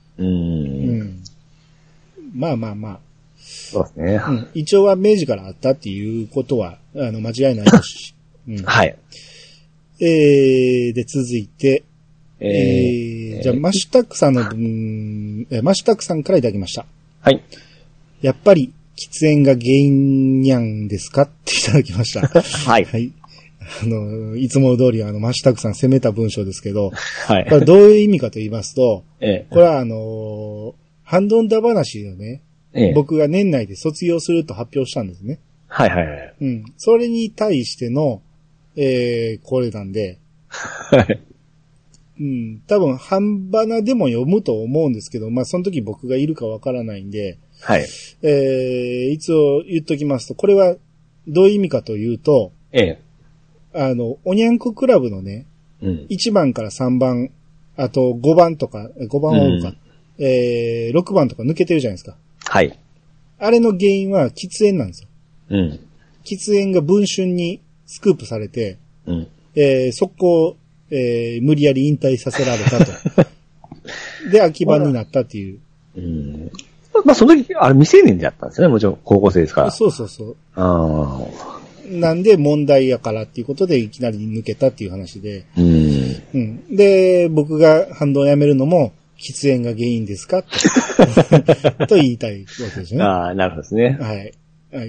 まあ。 そうですね。 一応は明治からあったっていうことは、間違いないですし。 はい。 で、続いて、じゃあ、マシュタクさんマシュタクさんからいただきました。 はい。 やっぱり、喫煙が原因にゃんですかっていただきました。 はい。 はい。いつも通りマシュタクさん攻めた文章ですけど、 はい。 これどういう意味かと言いますと、これはハンドンダ話をね、僕が年内で卒業すると発表したんですね。 はい。 それに対しての、これなんで、 はい。 多分、半ばなでも読むと思うんですけど、まあ、その時僕がいるかわからないんで、 はい。 一応言っときますと、これはどういう意味かというと、おにゃんこクラブのね、1番から3番、あと5番とか、5番はおるか、6番とか抜けてるじゃないですか。はい。あれの原因は喫煙なんですよ。喫煙が文春にスクープされて、速攻、無理やり引退させられたと。で、空き場になったっていう。 まあ、その時、未成年だったんですよね、もちろん、高校生ですから。 そう。なんで、問題やからっていうことで、いきなり抜けたっていう話で。で、僕が反動をやめるのも、喫煙が原因ですかと言いたいわけですね。 なるほどですね。 はい。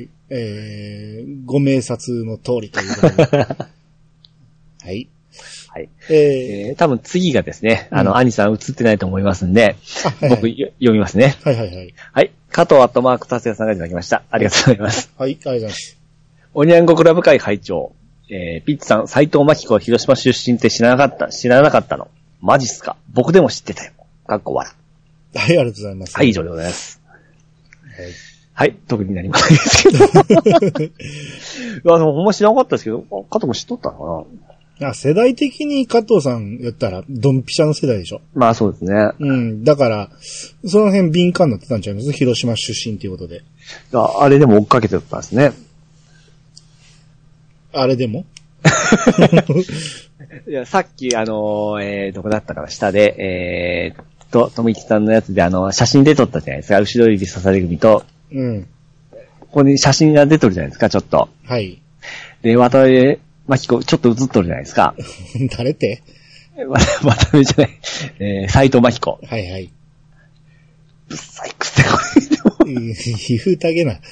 ご明察の通りということで。はい。 はい。多分次がですね、兄さん映ってないと思いますんで、僕読みますね。はい。はい。加藤達也さんがいただきました。ありがとうございます。 はい、ありがとうございます。 おにゃんこクラブ会会長、ピッチさん、斉藤真希子広島出身って知らなかったの。マジっすか。僕でも知ってたよ。かっこ笑。 はい、ありがとうございます。 はい、以上でございます。はい、特になりませんですけど。ほんま知らなかったですけど、加藤も知っとったのかな。 世代的に加藤さんやったら、ドンピシャの世代でしょ。 まあそうですね。 だから、その辺敏感になってたんちゃいます？広島出身ということで。 あれでも追っかけてたんですね。 あれでもいや、さっきどこだったかな、下で、とみきさんのやつで写真出とったじゃないですか。後ろ指刺され組と。ここに写真が出とるじゃないですか、ちょっと。はい。で、渡辺真希子、ちょっと写っとるじゃないですか。 誰って渡辺じゃない。斉藤真希子。 はいはい。 ぶっさいくせこれ。 言うたげな。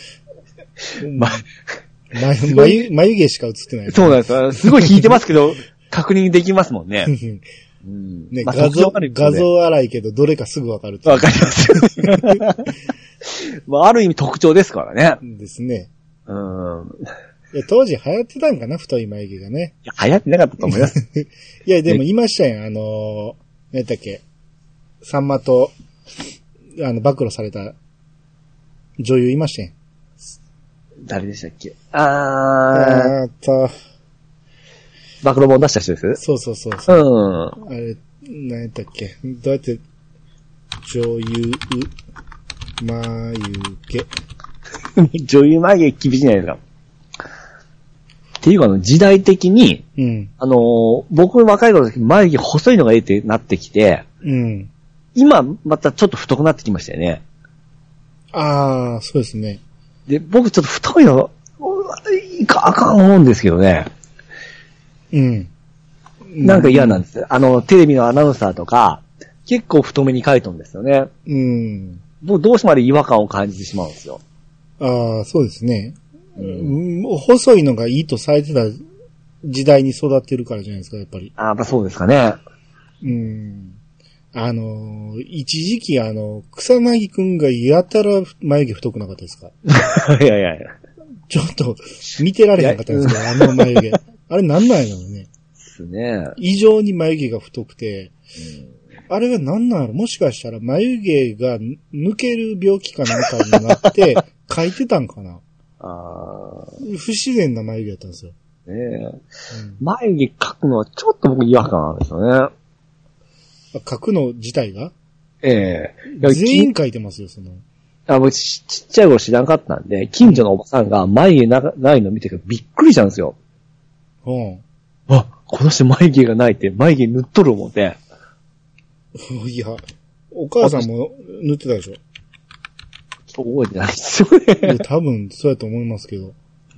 眉毛しか映ってない。 そうなんですよ。すごい引いてますけど、確認できますもんね。 ね、画像荒いけど、どれかすぐわかる。 わかりますよ。まあ、ある意味特徴ですからね。 ですね。いや当時流行ってたんかな、太い眉毛がね。 いや、流行ってなかったと思います。 いや、でもいましたよ。何だっけ。さんまと、暴露された女優いましたよ。 誰でしたっけ？暴露本出した人です？ そう。あれ、何やったっけ？どうやって、女優、眉毛。 女優眉毛厳しいじゃないですか。っていうか時代的に、僕若い頃眉毛細いのがいいってなってきて、今またちょっと太くなってきましたよね。 そうですね。 で、僕ちょっと太いの、あかん思うんですけどね。 なんか嫌なんですよ。テレビのアナウンサーとか、結構太めに書いてるんですよね。 うん。 僕どうしてもあれ違和感を感じてしまうんですよ。 ああ、そうですね。細いのがいいとされてた時代に育ってるからじゃないですか、やっぱり。 やっぱそうですかね。 一時期草薙くんがやたら眉毛太くなかったですか？ いやいやいや。 ちょっと見てられへんかったんですけど、眉毛。あれなんなんやろうね。 ですね。 異常に眉毛が太くて、あれはなんなんやろ？もしかしたら眉毛が抜ける病気かなんかになって描いてたんかな。不自然な眉毛だったんですよ。 眉毛描くのはちょっと僕違和感あるんですよね。 描くの自体が？ 全員描いてますよ、 僕ちっちゃい頃知らなかったんで、近所のおばさんが眉毛ないの見てびっくりしたんですよ。この人眉毛がないって眉毛塗っとる思って。 いや、お母さんも塗ってたでしょ？ 覚えてないですよね。 多分そうやと思いますけど。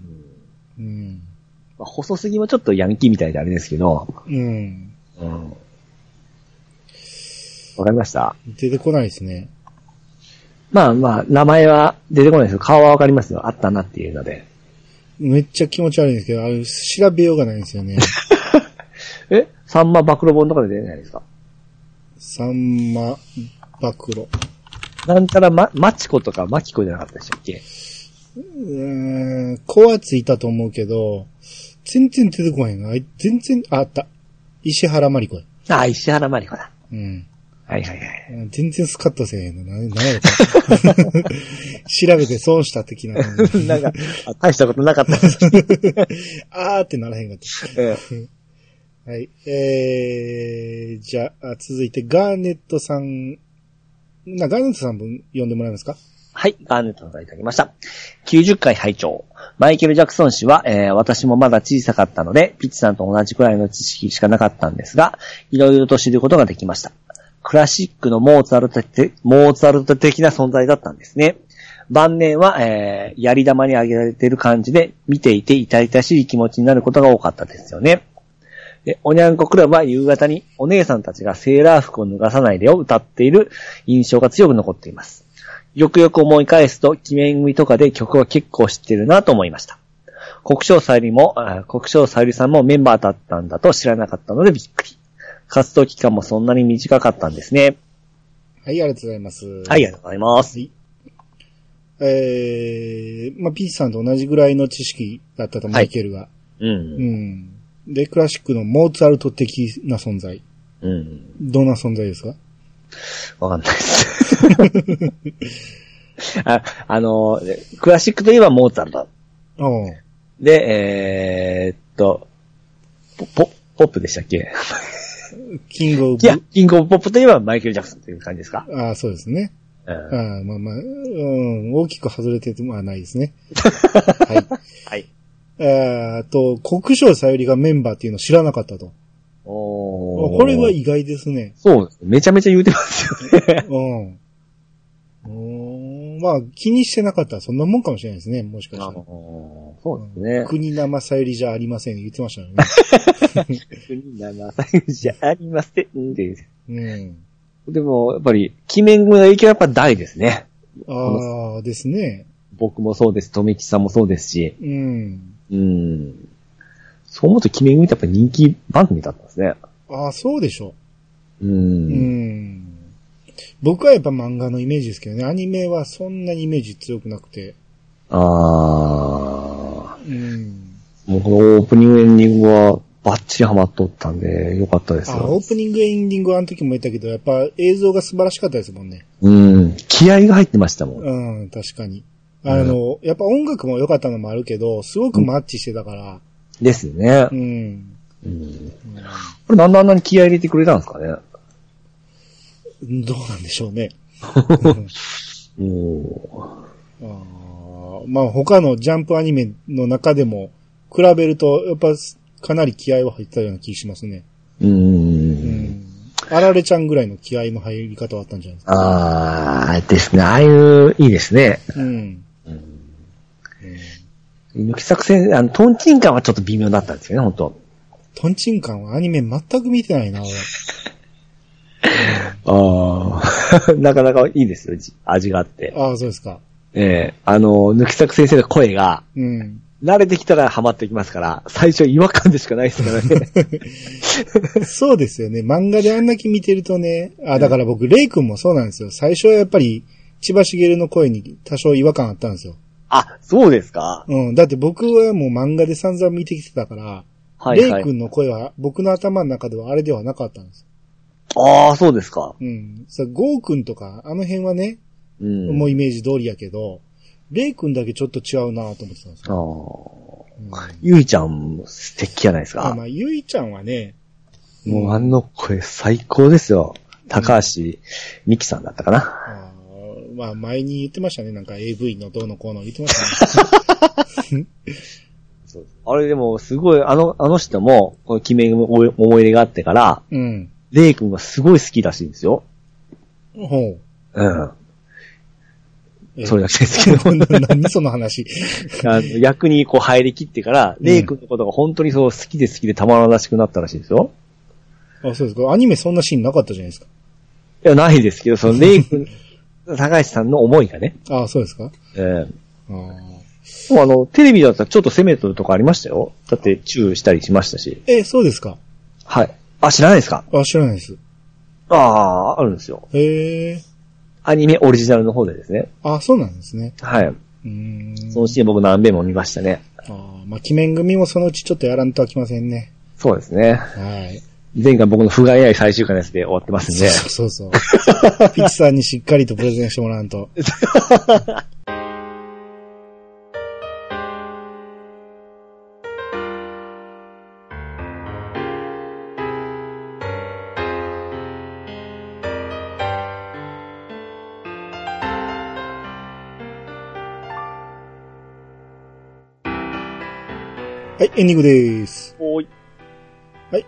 細すぎもちょっとヤンキーみたいであれですけど。わかりました？ 出てこないですね。 まあ、名前は出てこないですけど、顔はわかりますよ。あったなっていうので。 めっちゃ気持ち悪いんですけど、調べようがないんですよね。 サンマ暴露本とかで出てないですか？ サンマ暴露。 なんたらマチコとかマキコじゃなかったでしたっけ？ 子はついたと思うけど、全然出てこないな。あった。石原まりこ。 石原まりこだ。はい。 全然スカッとせえへんの。何やろ調べて損した的な。 なんか、大したことなかった。 あーってならへんかった。はい。じゃあ、続いてガーネットさん。ガーネットさん分読んでもらえますか？ はい、ガーネットさんからいただきました。90回拝聴。マイケル・ジャクソン氏は、私もまだ小さかったので、ピッチさんと同じくらいの知識しかなかったんですが、いろいろと知ることができました。クラシックのモーツァルト的な存在だったんですね。晩年は、やり玉に挙げられている感じで、見ていて痛々しい気持ちになることが多かったですよね。で、おにゃんこクラブは夕方にお姉さんたちがセーラー服を脱がさないでを歌っている印象が強く残っています。よくよく思い返すと、記念組とかで曲は結構知ってるなと思いました。国生さゆりさんもメンバーだったんだと知らなかったのでびっくり。活動期間もそんなに短かったんですね。 はい、ありがとうございます。 はい、ありがとうございます。 ピーチさんと同じぐらいの知識だったとマイケルが。で、クラシックのモーツァルト的な存在。どんな存在ですか？ わかんないです。クラシックといえばモーツァルト。で、ポップでしたっけ？キングオブポップといえばマイケル・ジャクソンという感じですか？ そうですね。大きく外れててもないですね。はい。国生さゆりがメンバーっていうの知らなかったと。これは意外ですね。 そうです。めちゃめちゃ言うてますよね。 気にしてなかったらそんなもんかもしれないですね。もしかしたら。 そうですね。 国生さゆりじゃありません言ってましたよね。 国生さゆりじゃありませんで。でも、やっぱり、鬼面組の影響はやっぱ大ですね。 ですね。 僕もそうです。富吉さんもそうですし。そう思うと鬼面組ってやっぱり人気番組だったんですね。 そうでしょ。僕はやっぱ漫画のイメージですけどね。アニメはそんなにイメージ強くなくて。 もうこのオープニングエンディングはバッチリハマっとったんで、よかったですよ。 オープニングエンディングはあの時も言ったけど、やっぱ映像が素晴らしかったですもんね。 気合が入ってましたもん。 確かに。やっぱ音楽も良かったのもあるけど、すごくマッチしてたから。 ですよね。これなんであんなに気合入れてくれたんですかね。 どうなんでしょうね。他のジャンプアニメの中でも比べると、やっぱかなり気合は入ったような気しますね。あられちゃんぐらいの気合の入り方はあったんじゃないですか。 ですね。ああいう、いいですね。抜き作戦、トンチンカンはちょっと微妙だったんですよね、本当。 トンチンカンはアニメ全く見てないな、俺。 ああ、なかなかいいですよ、味があって。 ああ、そうですか。 抜き作先生の声が、うん。慣れてきたらハマってきますから、最初違和感でしかないですからね。 そうですよね。漫画であんだけ見てるとね、だから僕、レイ君もそうなんですよ。最初はやっぱり、千葉茂の声に多少違和感あったんですよ。 あ、そうですか？ うん。だって僕はもう漫画で散々見てきてたから、はいはい、レイ君の声は僕の頭の中ではあれではなかったんですよ。ああ、そうですか。 うん。ゴー君とか、あの辺はね、うん、もうイメージ通りやけど、レイ君だけちょっと違うなと思ってたんですよ。 ゆいちゃん素敵じゃないですか。 まあ、ゆいちゃんはね、 もうあの声最高ですよ。高橋美希さんだったかな。 まあ前に言ってましたね。なんか AV のどうのこうの言ってましたね。 そうあれでもすごい、あの人も、決め思い入れがあってから、うん。レイ君がすごい好きらしいんですよ。 ほう。 うん。それだけですけど。 何その話。 逆にこう入りきってから、レイ君のことが本当にそう好きでたまらなしくなったらしいですよ。 あ、そうですか。アニメそんなシーンなかったじゃないですか。 いや、ないですけど、そのレイ君、高橋さんの思いがね。 あ、そうですか。 もうテレビだったらちょっと攻めとるとこありましたよ。だってチューしたりしましたし。 そうですか。 はい。あ、知らないですか？ あ、知らないです。 あるんですよ。 へえ。 アニメオリジナルの方でですね。 あ、そうなんですね。 はい。そのシーン僕何遍も見ましたね。 まあ、鬼面組もそのうちちょっとやらんとはきませんね。 そうですね。 はい。 前回僕の不甲斐ない最終回のやつで終わってますんで。 そうそう。ピッチさんにしっかりとプレゼンしてもらわんと。はい、エンディングです。 おーい。 はい、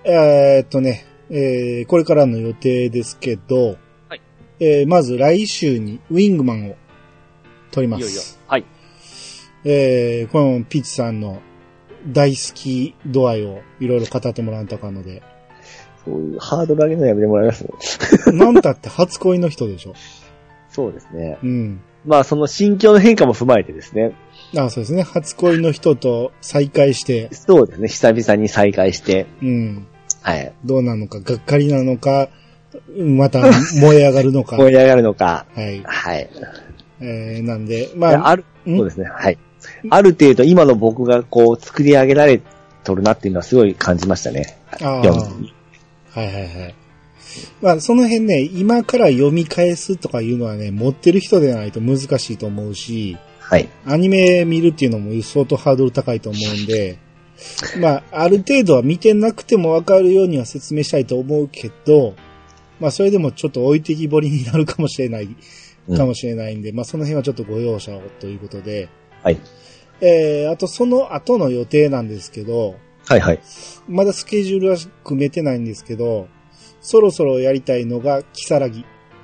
これからの予定ですけど、 はい。 まず来週にウィングマンを撮ります。いよいよ。 はい。 このピッチさんの大好き度合いをいろいろ語ってもらわんとあかんので。 そういうハードル上げるのやめてもらいますなんたって初恋の人でしょ。 そうですね。 うん。 まあその心境の変化も踏まえてですね。 そうですね。初恋の人と再会して。 そうですね。久々に再会して。 うん。 はい。 どうなのか、がっかりなのか、また燃え上がるのか。 燃え上がるのか。 はい。 はい。 なんで、まあ。 そうですね。はい。ある程度今の僕がこう作り上げられとるなっていうのはすごい感じましたね。 はいはいはい。まあその辺ね、今から読み返すとかいうのはね、持ってる人でないと難しいと思うし、 はい。 アニメ見るっていうのも相当ハードル高いと思うんで、まあ、ある程度は見てなくてもわかるようには説明したいと思うけど、まあ、それでもちょっと置いてきぼりになるかもしれない、んで、まあ、その辺はちょっとご容赦をということで、 はい。 あと、その後の予定なんですけど、 はいはい。 まだスケジュールは組めてないんですけど、そろそろやりたいのが、キサラギ。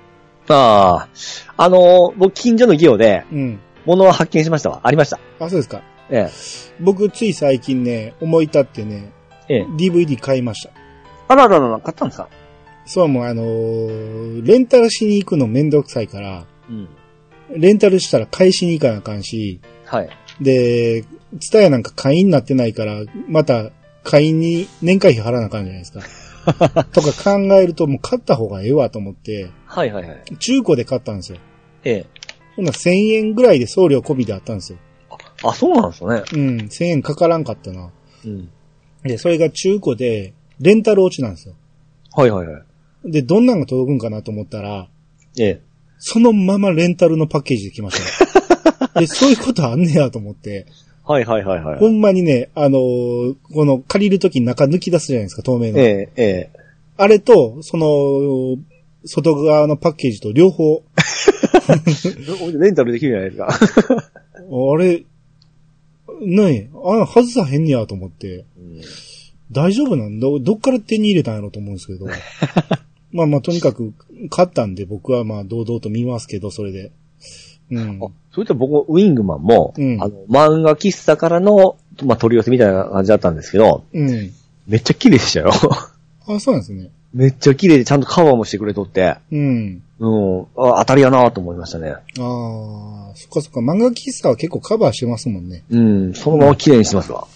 僕、近所のゲオで、 うん。 物は発見しましたわ。ありました。 あ、そうですか。 ええ。 僕、つい最近ね、思い立ってね、DVD 買いました。 あら、買ったんですか？ そう、もうレンタルしに行くのめんどくさいから、 うん。 レンタルしたら返しに行かなあかんし、 はい。 で、ツタヤなんか会員になってないから、また会員に年会費払わなあかんじゃないですか。とか考えるともう買った方がええわと思って、 はいはいはい。 中古で買ったんですよ。 ええ。 ほな1000円ぐらいで送料込みであったんですよ。 あ、そうなんですね。 うん、1000円かからんかったな。 うん。 で、それが中古で、レンタル落ちなんですよ。 はいはいはい。 で、どんなんが届くんかなと思ったら、 ええ。 そのままレンタルのパッケージで来ましたね。で、そういうことあんねやと思って。 はいはいはいはい。 ほんまにね、この借りるときに中抜き出すじゃないですか、透明の。 ええ。 あれと、その、外側のパッケージと両方。 レンタルできるじゃないですか。 あれ、外さへんねやと思って。大丈夫なんだどっから手に入れたんやろと思うんですけど。まあとにかく買ったんで僕はまあ堂々と見ますけど、それで。うん。 それと僕、ウィングマンも、漫画喫茶からの、取り寄せみたいな感じだったんですけど、 うん。 めっちゃ綺麗でしたよ。 あ、そうなんですね。 めっちゃ綺麗でちゃんとカバーもしてくれとって。 うん。 当たりやなと思いましたね。 ああ、そっかそっか。漫画喫茶は結構カバーしてますもんね。 そのまま綺麗にしてますわ。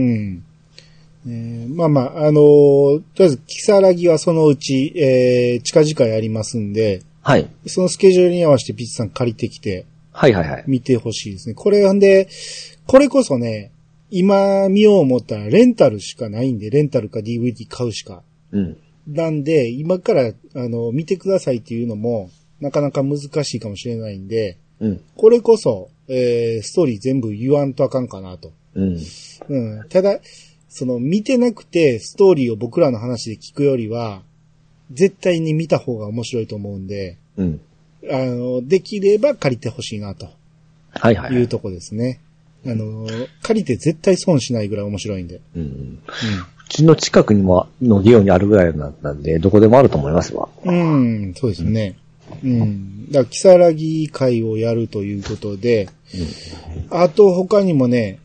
まあまあ、とりあえず、キサラギはそのうち、近々やりますんで、 はい。 そのスケジュールに合わせてピッチさん借りてきて、 はいはいはい。 見てほしいですね。これなんで、これこそね、今見よう思ったらレンタルしかないんで、レンタルか DVD 買うしか。なんで、今から、見てくださいっていうのも、なかなか難しいかもしれないんで、これこそ、ストーリー全部言わんとあかんかなと。ただ、見てなくて、ストーリーを僕らの話で聞くよりは、絶対に見た方が面白いと思うんで、できれば借りてほしいなと。 はいはい。 いうとこですね。借りて絶対損しないぐらい面白いんで。うちの近くにも、のゲオにあるぐらいなんで、どこでもあると思いますわ。 そうですね。だから、キサラギ会をやるということで、あと他にもね、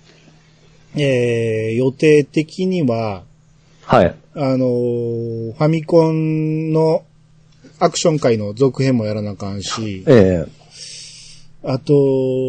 予定的には、 はい。 ファミコンのアクション界の続編もやらなあかんし、あと、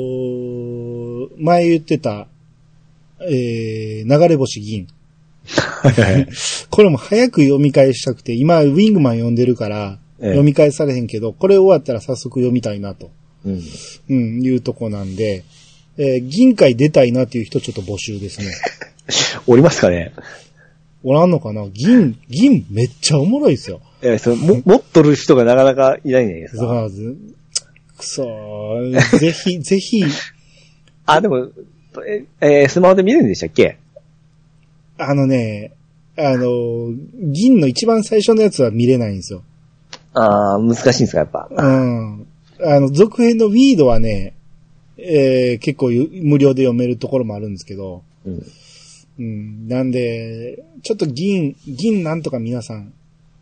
前言ってた、流れ星銀。これも早く読み返したくて、今、ウィングマン読んでるから、読み返されへんけど、これ終わったら早速読みたいなと。いうとこなんで、銀界出たいなっていう人ちょっと募集ですね。 おりますかね？ おらんのかな？銀めっちゃおもろいですよ。 持っとる人がなかなかいないんですか？ くそー。ぜひ、ぜひ。 でも、スマホで見れるんでしたっけ？ 銀の一番最初のやつは見れないんですよ。 難しいんですか、やっぱ。 続編のウィードはね、結構無料で読めるところもあるんですけど、なんで、ちょっと銀なんとか皆さん、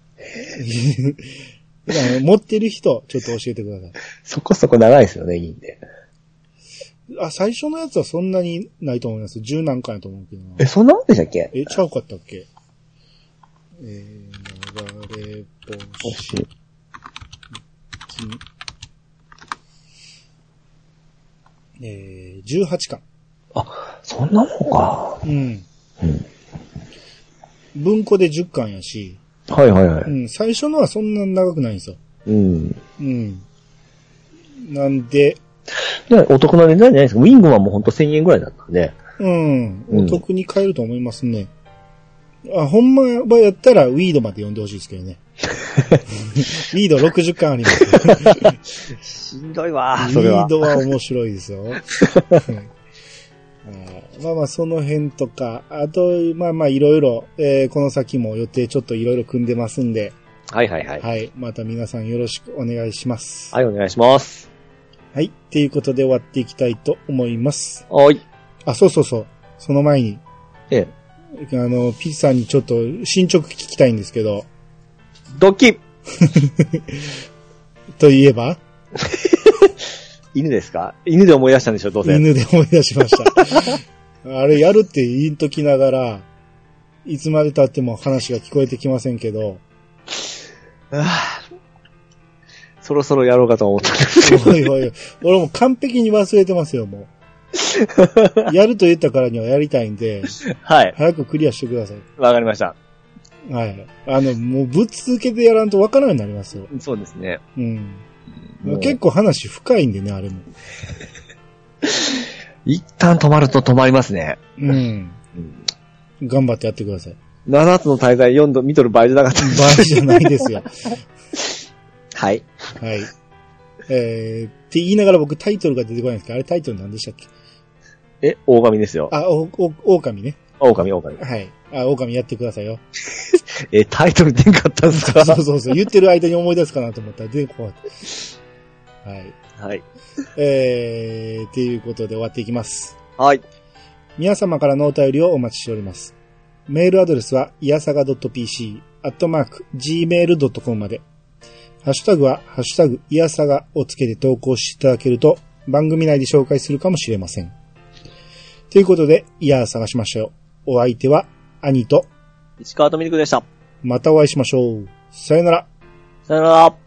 持ってる人、ちょっと教えてください。 そこそこ長いですよね、銀で。 最初のやつはそんなにないと思います。10何回やと思うけど。 そんなもんでしたっけ？ ちゃうかったっけ？流れ星。18巻。 そんなもんか。 文庫で10巻やし。 はいはいはい。 最初のはそんな長くないんですよ。なんで。 お得な値段じゃないですか。ウィングマンもほんと1000円ぐらいだったんで。 お得に買えると思いますね。ほんまはやったらウィードまで読んでほしいですけどね。ウィード60巻あります。 しんどいわ、それは。 ウィードは面白いですよ。まあまあその辺とか、あと、まあまあいろいろ、この先も予定ちょっといろいろ組んでますんで。 はいはいはい。 はい。また皆さんよろしくお願いします。 はい、お願いします。 はい。っていうことで終わっていきたいと思います。 はい。 そうそうそう。その前に。ピッさんにちょっと進捗聞きたいんですけど。 ドッキといえば犬ですか？犬で思い出したんでしょ、どうせ。 犬で思い出しました。あれやるって言いときながら、いつまで経っても話が聞こえてきませんけど。 そろそろやろうかと思ったんですけど。 俺も完璧に忘れてますよ、もう。やると言ったからにはやりたいんで、 はい。 早くクリアしてください。 わかりました。 はい。もうぶっ続けてやらんとわからんようになりますよ。 そうですね。 結構話深いんでね、あれも。 一旦止まると止まりますね。 頑張ってやってください。 7つの大罪見とる場合じゃなかった。 場合じゃないですよ。 はい。 はい。って言いながら僕タイトルが出てこないんですけど、あれタイトル何でしたっけ？ 狼ですよ。 狼ね。 狼。はい。 狼やってくださいよ。 タイトル出んかったんですか？ そう。言ってる間に思い出すかなと思ったら出てこなかった。はい。 はい。 っていうことで終わっていきます。 はい。 皆様からのお便りをお待ちしております。メールアドレスは、いやさが .pc@gmail.com まで。ハッシュタグは、ハッシュタグ、いやさがをつけて投稿していただけると、番組内で紹介するかもしれません。ということで、いや探しましたよ。お相手は、兄と、 石川とミルクでした。 またお会いしましょう。さよなら。 さよなら。